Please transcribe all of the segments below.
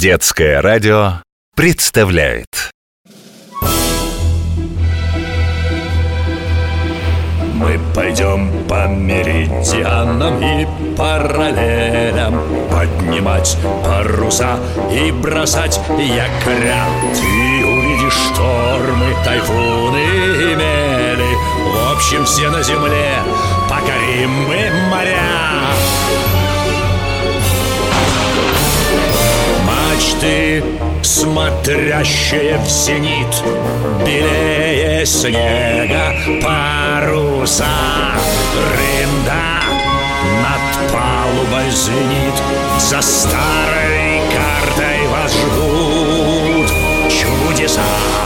Детское радио представляет. Мы пойдем по меридианам и параллелям, поднимать паруса и бросать якоря. Ты увидишь штормы, тайфуны и мели. В общем, все на земле покорим мы моря. Мачты, смотрящие в зенит, белее снега паруса. Рында над палубой звенит, за старой картой вас ждут чудеса.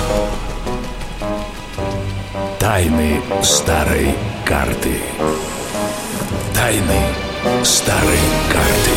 Тайны старой карты. Тайны старой карты.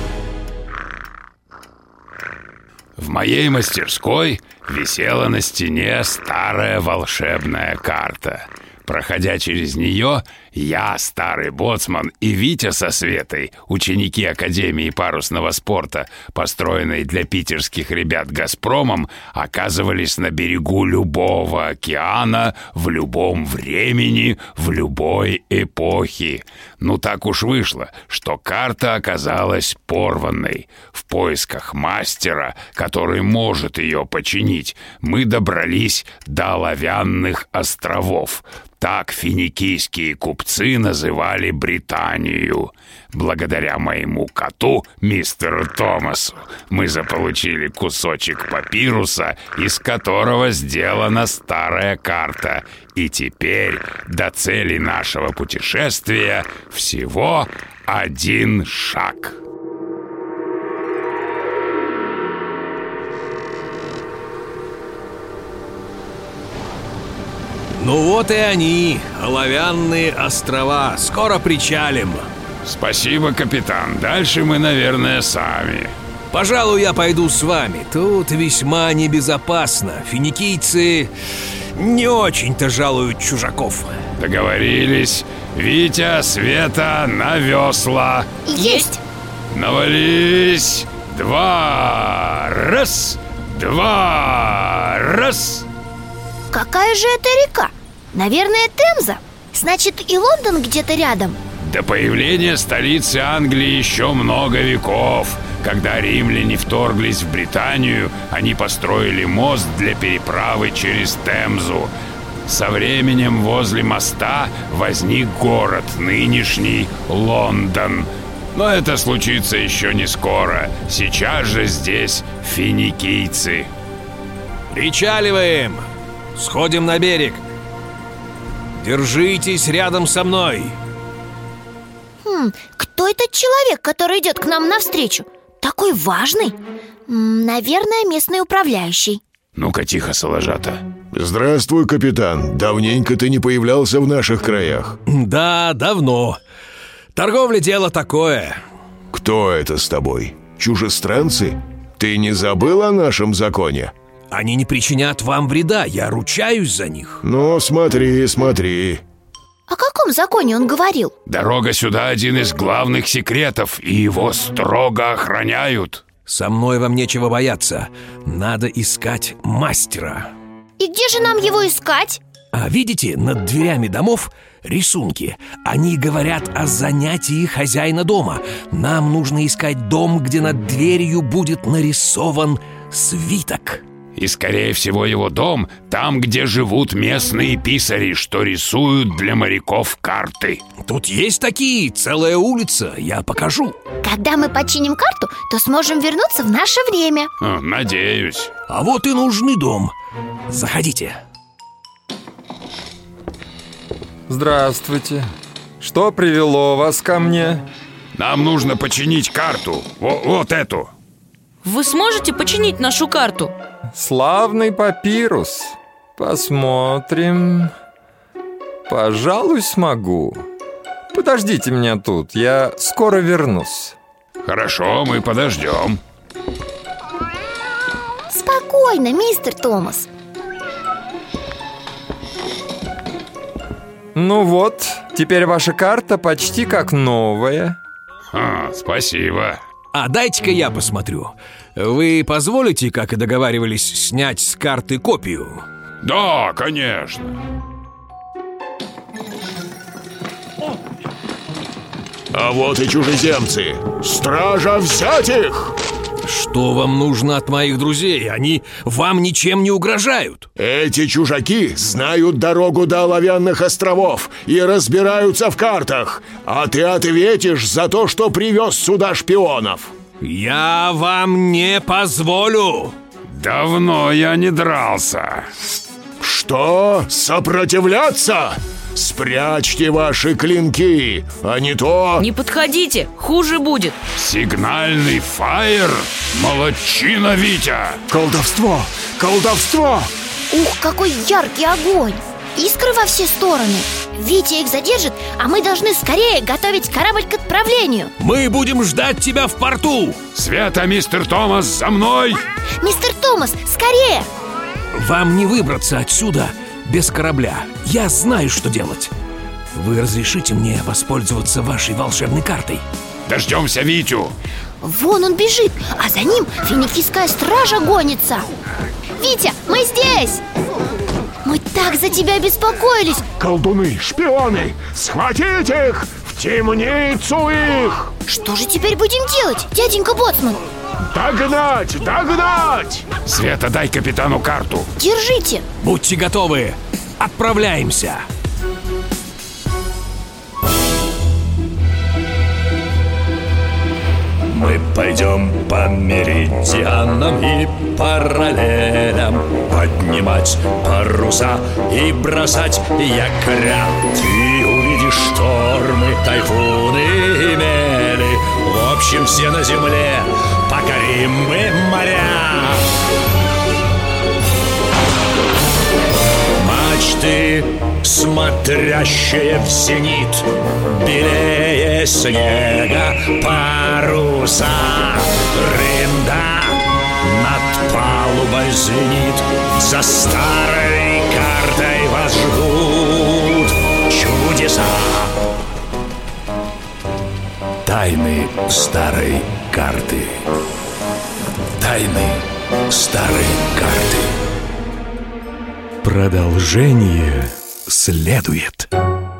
В моей мастерской висела на стене старая волшебная карта. Проходя через нее, я, старый боцман, и Витя со Светой, ученики Академии парусного спорта, построенной для питерских ребят «Газпромом», оказывались на берегу любого океана, в любом времени, в любой эпохе. Ну так уж вышло, что карта оказалась порванной. В поисках мастера, который может ее починить, мы добрались до Оловянных островов. Так финикийские купцы называли Британию. Благодаря моему коту, мистеру Томасу, мы заполучили кусочек папируса, из которого сделана старая карта. И теперь до цели нашего путешествия всего один шаг. Ну вот и они, Оловянные острова. Скоро причалим. Спасибо, капитан. Дальше мы, наверное, сами. Пожалуй, я пойду с вами. Тут весьма небезопасно. Финикийцы не очень-то жалуют чужаков. Договорились. Витя, Света, на весла. Есть! Навались. 2. Раз. 2. Раз. Какая же это река? Наверное, Темза. Значит, и Лондон где-то рядом. До появления столицы Англии еще много веков. Когда римляне вторглись в Британию, они построили мост для переправы через Темзу. Со временем возле моста возник город, нынешний Лондон. Но это случится еще не скоро. Сейчас же здесь финикийцы. Причаливаем! Сходим на берег. Держитесь рядом со мной. Кто этот человек, который идет к нам навстречу? Такой важный. Наверное, местный управляющий. Ну-ка, тихо, соложата. Здравствуй, капитан. Давненько ты не появлялся в наших краях. Да, давно. Торговля — дело такое. Кто это с тобой? Чужестранцы? Ты не забыл о нашем законе? Они не причинят вам вреда, я ручаюсь за них. Ну, смотри, смотри. О каком законе он говорил? Дорога сюда один из главных секретов, и его строго охраняют. Со мной вам нечего бояться. Надо искать мастера. И где же нам его искать? А видите, над дверями домов рисунки. Они говорят о занятии хозяина дома. Нам нужно искать дом, где над дверью будет нарисован свиток. И, скорее всего, его дом там, где живут местные писари, что рисуют для моряков карты. Тут есть такие, целая улица, я покажу. Когда мы починим карту, то сможем вернуться в наше время. Надеюсь. А вот и нужный дом. Заходите. Здравствуйте. Что привело вас ко мне? Нам нужно починить карту. Вот эту. Вы сможете починить нашу карту? Славный папирус. Посмотрим. Пожалуй, смогу. Подождите меня тут, я скоро вернусь. Хорошо, мы подождем. Спокойно, мистер Томас. Ну вот, теперь ваша карта почти как новая. Спасибо. А дайте-ка я посмотрю. Вы позволите, как и договаривались, снять с карты копию? Да, конечно. А вот и чужеземцы. Стража, взять их! Что вам нужно от моих друзей? Они вам ничем не угрожают. Эти чужаки знают дорогу до Оловянных островов и разбираются в картах. А ты ответишь за то, что привез сюда шпионов. Я вам не позволю. Давно я не дрался. Что? Сопротивляться? Спрячьте ваши клинки, а не то... Не подходите, хуже будет. Сигнальный фаер? Молодчина, Витя! Колдовство! Колдовство! Ух, какой яркий огонь! Искры во все стороны. Витя их задержит, а мы должны скорее готовить корабль к отправлению. Мы будем ждать тебя в порту. Света, мистер Томас, за мной! Мистер Томас, скорее! Вам не выбраться отсюда без корабля. Я знаю, что делать. Вы разрешите мне воспользоваться вашей волшебной картой? Дождемся Витю. Вон он бежит, а за ним финикийская стража гонится. Витя, мы здесь! Мы так за тебя беспокоились. Колдуны, шпионы! Схватите их! В темницу их! Что же теперь будем делать, дяденька Боцман? Догнать! Догнать! Света, дай капитану карту. Держите. Будьте готовы. Отправляемся. Мы пойдем по меридианам и параллелям, поднимать паруса и бросать якоря. Ты увидишь штормы, тайфуны и мели. В общем, все на земле покорим мы моря. Мачты, смотрящие в зенит, белее снега паруса. Рында над палубой звенит, за старой картой вас ждут чудеса. Тайны старой карты. Тайны старой карты. Продолжение следует.